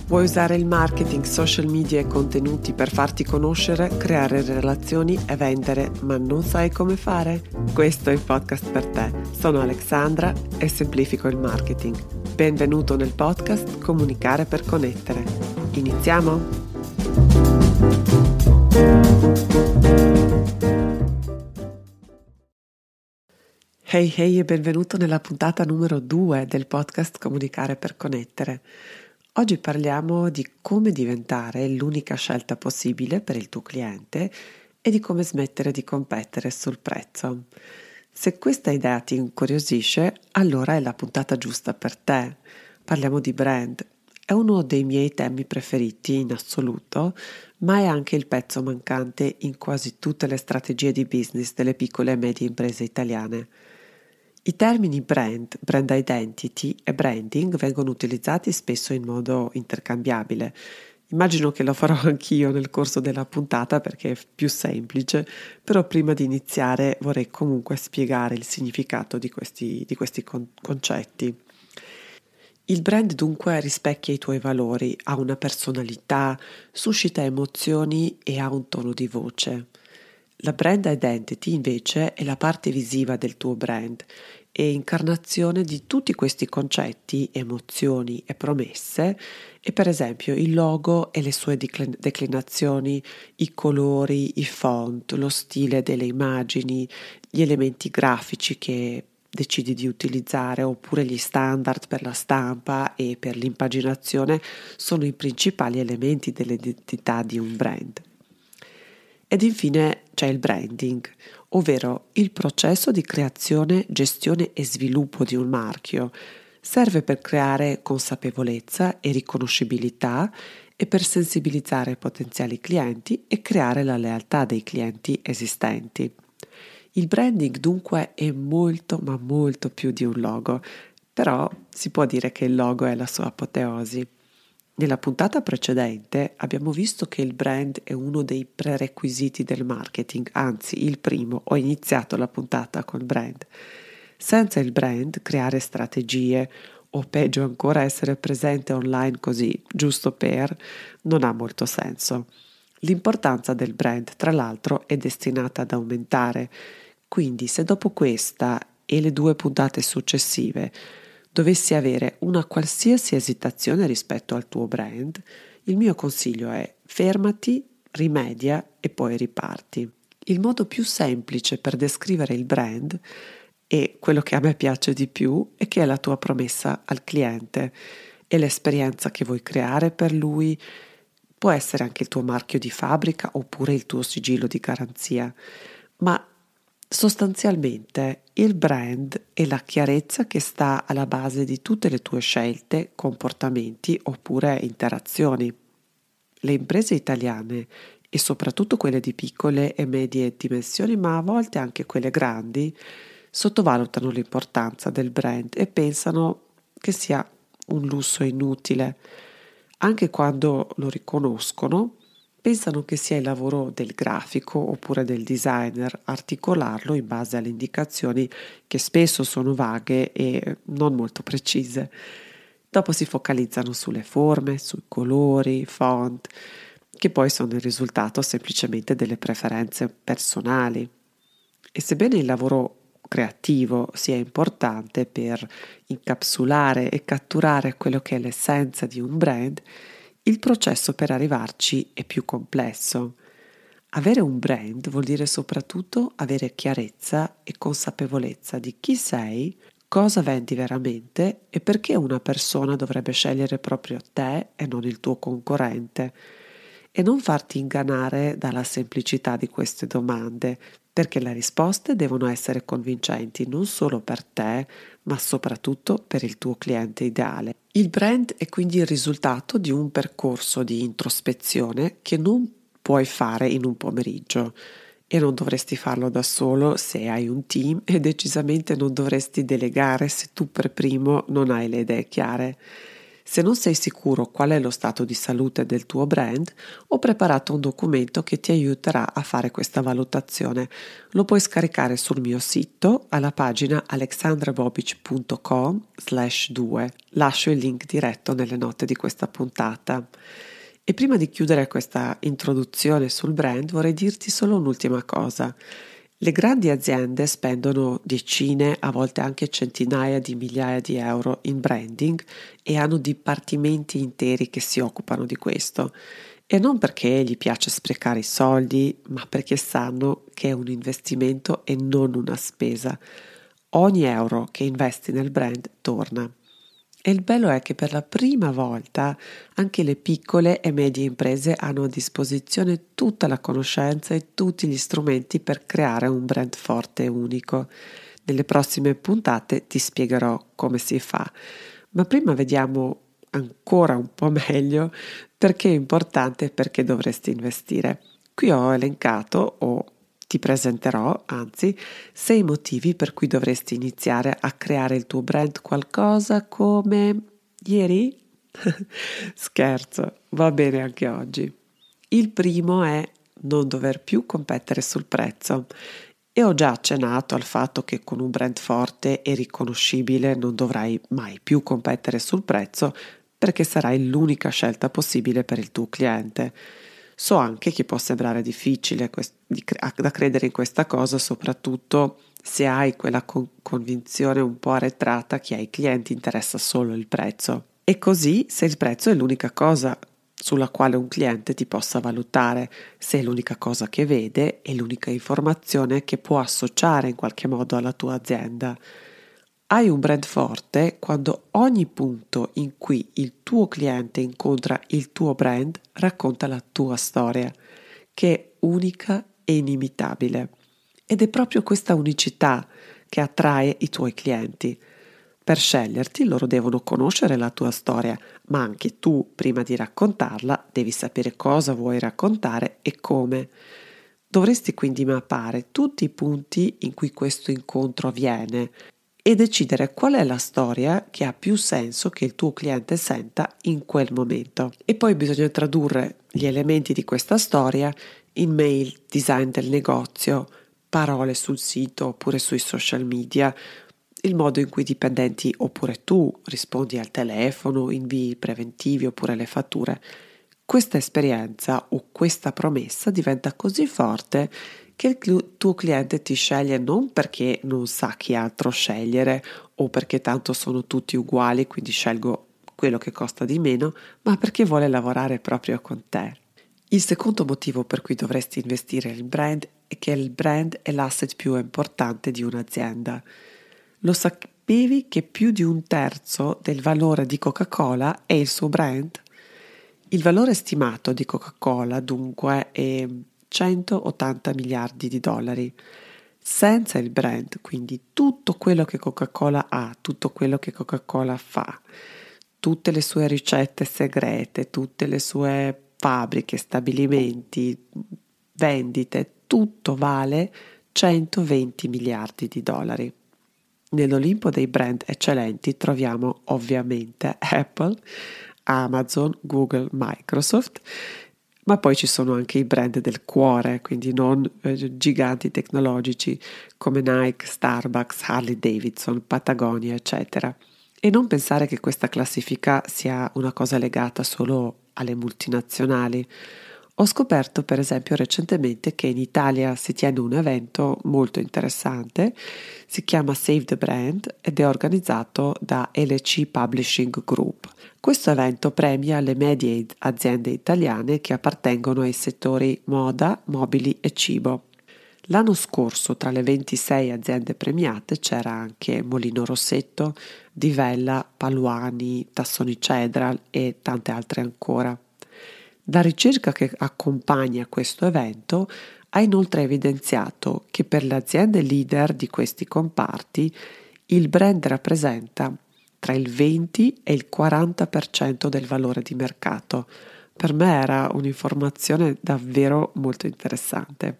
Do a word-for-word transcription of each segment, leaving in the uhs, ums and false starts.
Vuoi usare il marketing, social media e contenuti per farti conoscere, creare relazioni e vendere, ma non sai come fare? Questo è il podcast per te. Sono Alexandra e semplifico il marketing. Benvenuto nel podcast Comunicare per connettere. Iniziamo? Hey hey e benvenuto nella puntata numero due del podcast Comunicare per connettere. Oggi parliamo di come diventare l'unica scelta possibile per il tuo cliente e di come smettere di competere sul prezzo. Se questa idea ti incuriosisce, allora è la puntata giusta per te. Parliamo di brand. È uno dei miei temi preferiti in assoluto, ma è anche il pezzo mancante in quasi tutte le strategie di business delle piccole e medie imprese italiane. I termini brand, brand identity e branding vengono utilizzati spesso in modo intercambiabile. Immagino che lo farò anch'io nel corso della puntata perché è più semplice, però prima di iniziare vorrei comunque spiegare il significato di questi, di questi con- concetti. Il brand dunque rispecchia i tuoi valori, ha una personalità, suscita emozioni e ha un tono di voce. La brand identity invece è la parte visiva del tuo brand e incarnazione di tutti questi concetti, emozioni e promesse e per esempio il logo e le sue declin- declinazioni, i colori, i font, lo stile delle immagini, gli elementi grafici che decidi di utilizzare oppure gli standard per la stampa e per l'impaginazione sono i principali elementi dell'identità di un brand. Ed infine c'è il branding, ovvero il processo di creazione, gestione e sviluppo di un marchio. Serve per creare consapevolezza e riconoscibilità e per sensibilizzare potenziali clienti e creare la lealtà dei clienti esistenti. Il branding dunque è molto ma molto più di un logo, però si può dire che il logo è la sua apoteosi. Nella puntata precedente abbiamo visto che il brand è uno dei prerequisiti del marketing, anzi il primo. Ho iniziato la puntata col brand. Senza il brand, creare strategie o peggio ancora essere presente online così, giusto per, non ha molto senso. L'importanza del brand, tra l'altro, è destinata ad aumentare. Quindi se dopo questa e le due puntate successive dovessi avere una qualsiasi esitazione rispetto al tuo brand, il mio consiglio è fermati, rimedia e poi riparti. Il modo più semplice per descrivere il brand e quello che a me piace di più è che è la tua promessa al cliente, è l'esperienza che vuoi creare per lui, può essere anche il tuo marchio di fabbrica oppure il tuo sigillo di garanzia, ma sostanzialmente il brand è la chiarezza che sta alla base di tutte le tue scelte, comportamenti oppure interazioni. Le imprese italiane e soprattutto quelle di piccole e medie dimensioni, ma a volte anche quelle grandi, sottovalutano l'importanza del brand e pensano che sia un lusso inutile. Anche quando lo riconoscono, pensano che sia il lavoro del grafico oppure del designer articolarlo in base alle indicazioni che spesso sono vaghe e non molto precise. Dopo si focalizzano sulle forme, sui colori, font, che poi sono il risultato semplicemente delle preferenze personali. E sebbene il lavoro creativo sia importante per incapsulare e catturare quello che è l'essenza di un brand, il processo per arrivarci è più complesso. Avere un brand vuol dire soprattutto avere chiarezza e consapevolezza di chi sei, cosa vendi veramente e perché una persona dovrebbe scegliere proprio te e non il tuo concorrente. E non farti ingannare dalla semplicità di queste domande, perché le risposte devono essere convincenti non solo per te, ma soprattutto per il tuo cliente ideale. Il brand è quindi il risultato di un percorso di introspezione che non puoi fare in un pomeriggio e non dovresti farlo da solo se hai un team e decisamente non dovresti delegare se tu per primo non hai le idee chiare. Se non sei sicuro qual è lo stato di salute del tuo brand, ho preparato un documento che ti aiuterà a fare questa valutazione. Lo puoi scaricare sul mio sito alla pagina alexandrabobic punto com slash due. Lascio il link diretto nelle note di questa puntata. E prima di chiudere questa introduzione sul brand, vorrei dirti solo un'ultima cosa. Le grandi aziende spendono decine, a volte anche centinaia di migliaia di euro in branding e hanno dipartimenti interi che si occupano di questo. E non perché gli piace sprecare i soldi, ma perché sanno che è un investimento e non una spesa. Ogni euro che investi nel brand torna. E il bello è che per la prima volta anche le piccole e medie imprese hanno a disposizione tutta la conoscenza e tutti gli strumenti per creare un brand forte e unico. Nelle prossime puntate ti spiegherò come si fa, ma prima vediamo ancora un po' meglio perché è importante e perché dovresti investire. Qui ho elencato o ti presenterò, anzi, sei motivi per cui dovresti iniziare a creare il tuo brand qualcosa come ieri? Scherzo, va bene anche oggi. Il primo è non dover più competere sul prezzo. E ho già accennato al fatto che con un brand forte e riconoscibile non dovrai mai più competere sul prezzo perché sarai l'unica scelta possibile per il tuo cliente. So anche che può sembrare difficile quest- di cre- da credere in questa cosa, soprattutto se hai quella con- convinzione un po' arretrata che ai clienti interessa solo il prezzo. E così se il prezzo è l'unica cosa sulla quale un cliente ti possa valutare, se è l'unica cosa che vede e l'unica informazione che può associare in qualche modo alla tua azienda. Hai un brand forte quando ogni punto in cui il tuo cliente incontra il tuo brand racconta la tua storia, che è unica e inimitabile. Ed è proprio questa unicità che attrae i tuoi clienti. Per sceglierti loro devono conoscere la tua storia, ma anche tu, prima di raccontarla, devi sapere cosa vuoi raccontare e come. Dovresti quindi mappare tutti i punti in cui questo incontro avviene e decidere qual è la storia che ha più senso che il tuo cliente senta in quel momento. E poi bisogna tradurre gli elementi di questa storia in mail, design del negozio, parole sul sito oppure sui social media, il modo in cui i dipendenti oppure tu rispondi al telefono, invii preventivi oppure le fatture. Questa esperienza o questa promessa diventa così forte che il cl- tuo cliente ti sceglie non perché non sa chi altro scegliere o perché tanto sono tutti uguali, quindi scelgo quello che costa di meno, ma perché vuole lavorare proprio con te. Il secondo motivo per cui dovresti investire nel brand è che il brand è l'asset più importante di un'azienda. Lo sapevi che più di un terzo del valore di Coca-Cola è il suo brand? Il valore stimato di Coca-Cola dunque è centottanta miliardi di dollari. Senza il brand, quindi tutto quello che Coca-Cola ha, tutto quello che Coca-Cola fa, tutte le sue ricette segrete, tutte le sue fabbriche, stabilimenti, vendite, tutto vale centoventi miliardi di dollari. Nell'Olimpo dei brand eccellenti troviamo ovviamente Apple, Amazon, Google, Microsoft, ma poi ci sono anche i brand del cuore, quindi non eh, giganti tecnologici come Nike, Starbucks, Harley Davidson, Patagonia, eccetera. E non pensare che questa classifica sia una cosa legata solo alle multinazionali. Ho scoperto per esempio recentemente che in Italia si tiene un evento molto interessante, si chiama Save the Brand ed è organizzato da L C Publishing Group. Questo evento premia le medie aziende italiane che appartengono ai settori moda, mobili e cibo. L'anno scorso tra le ventisei aziende premiate c'era anche Molino Rossetto, Divella, Paluani, Tassoni Cedral e tante altre ancora. La ricerca che accompagna questo evento ha inoltre evidenziato che per le aziende leader di questi comparti il brand rappresenta tra il venti e il quaranta per cento del valore di mercato. Per me era un'informazione davvero molto interessante.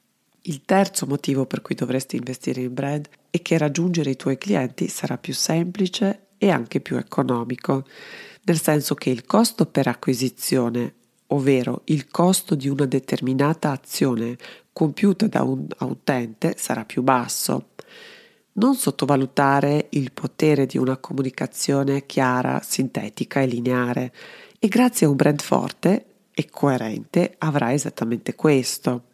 Il terzo motivo per cui dovresti investire in brand è che raggiungere i tuoi clienti sarà più semplice e anche più economico. nel senso che il costo per acquisizione, ovvero il costo di una determinata azione compiuta da un utente, sarà più basso. Non sottovalutare il potere di una comunicazione chiara, sintetica e lineare, e grazie a un brand forte e coerente avrai esattamente questo.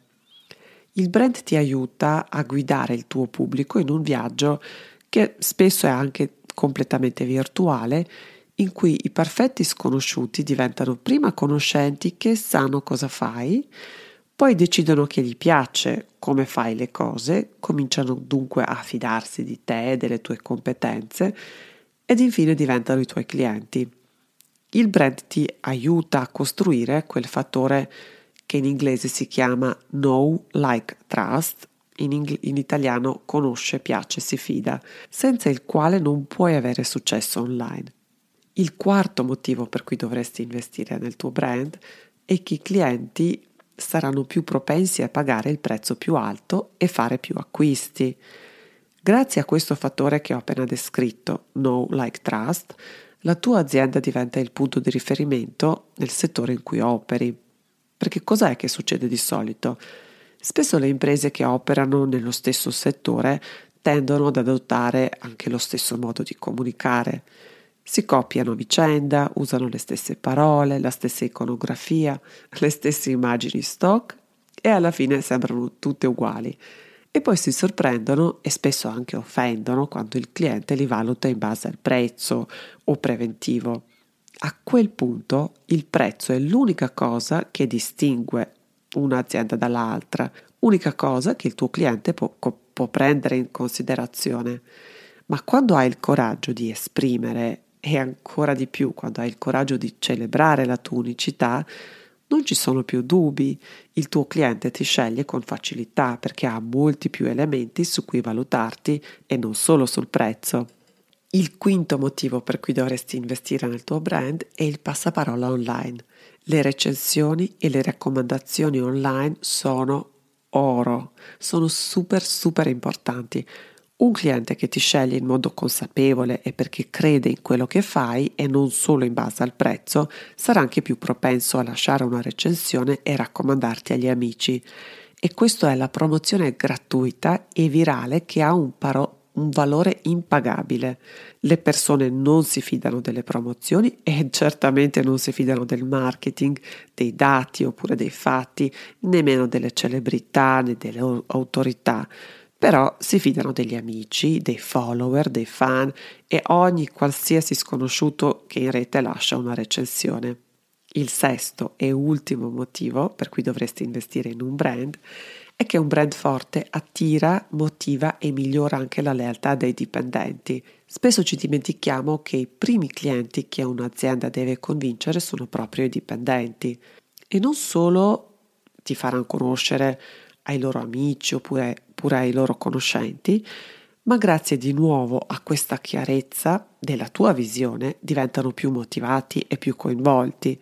Il brand ti aiuta a guidare il tuo pubblico in un viaggio che spesso è anche completamente virtuale, in cui i perfetti sconosciuti diventano prima conoscenti che sanno cosa fai, poi decidono che gli piace come fai le cose, cominciano dunque a fidarsi di te e delle tue competenze ed infine diventano i tuoi clienti. Il brand ti aiuta a costruire quel fattore che in inglese si chiama know, like, trust, in, ing- in italiano conosce, piace, si fida, senza il quale non puoi avere successo online. Il quarto motivo per cui dovresti investire nel tuo brand è che i clienti saranno più propensi a pagare il prezzo più alto e fare più acquisti. Grazie a questo fattore che ho appena descritto, know, like, trust, la tua azienda diventa il punto di riferimento nel settore in cui operi. Perché cos'è che succede di solito? Spesso le imprese che operano nello stesso settore tendono ad adottare anche lo stesso modo di comunicare. Si copiano a vicenda, usano le stesse parole, la stessa iconografia, le stesse immagini stock e alla fine sembrano tutte uguali. E poi si sorprendono e spesso anche offendono quando il cliente li valuta in base al prezzo o preventivo. A quel punto il prezzo è l'unica cosa che distingue un'azienda dall'altra, unica cosa che il tuo cliente può, può prendere in considerazione. Ma quando hai il coraggio di esprimere e ancora di più quando hai il coraggio di celebrare la tua unicità, non ci sono più dubbi, il tuo cliente ti sceglie con facilità perché ha molti più elementi su cui valutarti e non solo sul prezzo. Il quinto motivo per cui dovresti investire nel tuo brand è il passaparola online. Le recensioni e le raccomandazioni online sono oro, sono super super importanti. Un cliente che ti sceglie in modo consapevole e perché crede in quello che fai e non solo in base al prezzo, sarà anche più propenso a lasciare una recensione e raccomandarti agli amici. E questa è la promozione gratuita e virale che ha un, paro- un valore impagabile. Le persone non si fidano delle promozioni e certamente non si fidano del marketing, dei dati oppure dei fatti, nemmeno delle celebrità né delle autorità. Però si fidano degli amici, dei follower, dei fan e ogni qualsiasi sconosciuto che in rete lascia una recensione. Il sesto e ultimo motivo per cui dovresti investire in un brand è che un brand forte attira, motiva e migliora anche la lealtà dei dipendenti. Spesso ci dimentichiamo che i primi clienti che un'azienda deve convincere sono proprio i dipendenti e non solo ti faranno conoscere ai loro amici oppure, oppure ai loro conoscenti, ma grazie di nuovo a questa chiarezza della tua visione diventano più motivati e più coinvolti.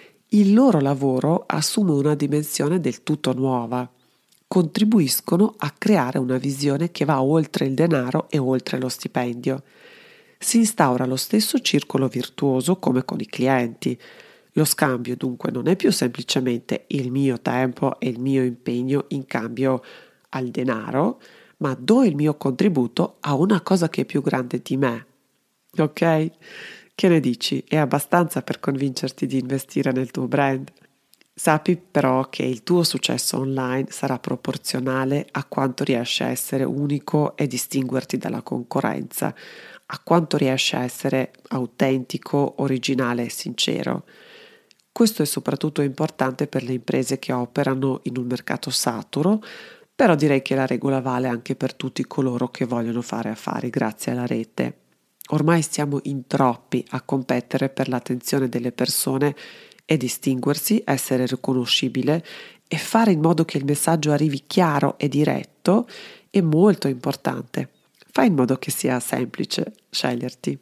Il loro lavoro assume una dimensione del tutto nuova. Contribuiscono a creare una visione che va oltre il denaro e oltre lo stipendio. Si instaura lo stesso circolo virtuoso come con i clienti. Lo scambio dunque non è più semplicemente il mio tempo e il mio impegno in cambio al denaro, ma do il mio contributo a una cosa che è più grande di me. Ok? Che ne dici? È abbastanza per convincerti di investire nel tuo brand? Sappi però che il tuo successo online sarà proporzionale a quanto riesci a essere unico e distinguerti dalla concorrenza, a quanto riesci a essere autentico, originale e sincero. Questo è soprattutto importante per le imprese che operano in un mercato saturo, però direi che la regola vale anche per tutti coloro che vogliono fare affari grazie alla rete. Ormai siamo in troppi a competere per l'attenzione delle persone e distinguersi, essere riconoscibile e fare in modo che il messaggio arrivi chiaro e diretto è molto importante. Fai in modo che sia semplice sceglierti.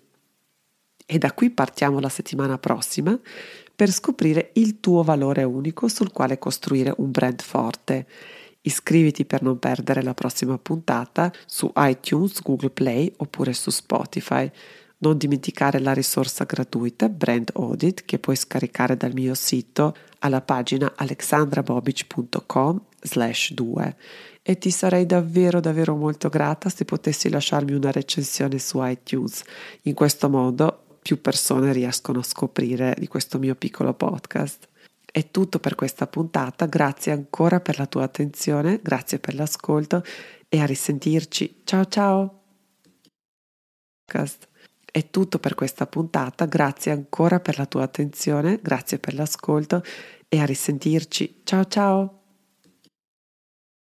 E da qui partiamo la settimana prossima per scoprire il tuo valore unico sul quale costruire un brand forte. Iscriviti per non perdere la prossima puntata su iTunes, Google Play oppure su Spotify. Non dimenticare la risorsa gratuita Brand Audit che puoi scaricare dal mio sito alla pagina alexandrabobic punto com slash due e ti sarei davvero davvero molto grata se potessi lasciarmi una recensione su iTunes. In questo modo più persone riescono a scoprire di questo mio piccolo podcast. È tutto per questa puntata, grazie ancora per la tua attenzione, grazie per l'ascolto e a risentirci. Ciao ciao! È tutto per questa puntata, grazie ancora per la tua attenzione, grazie per l'ascolto e a risentirci. Ciao ciao!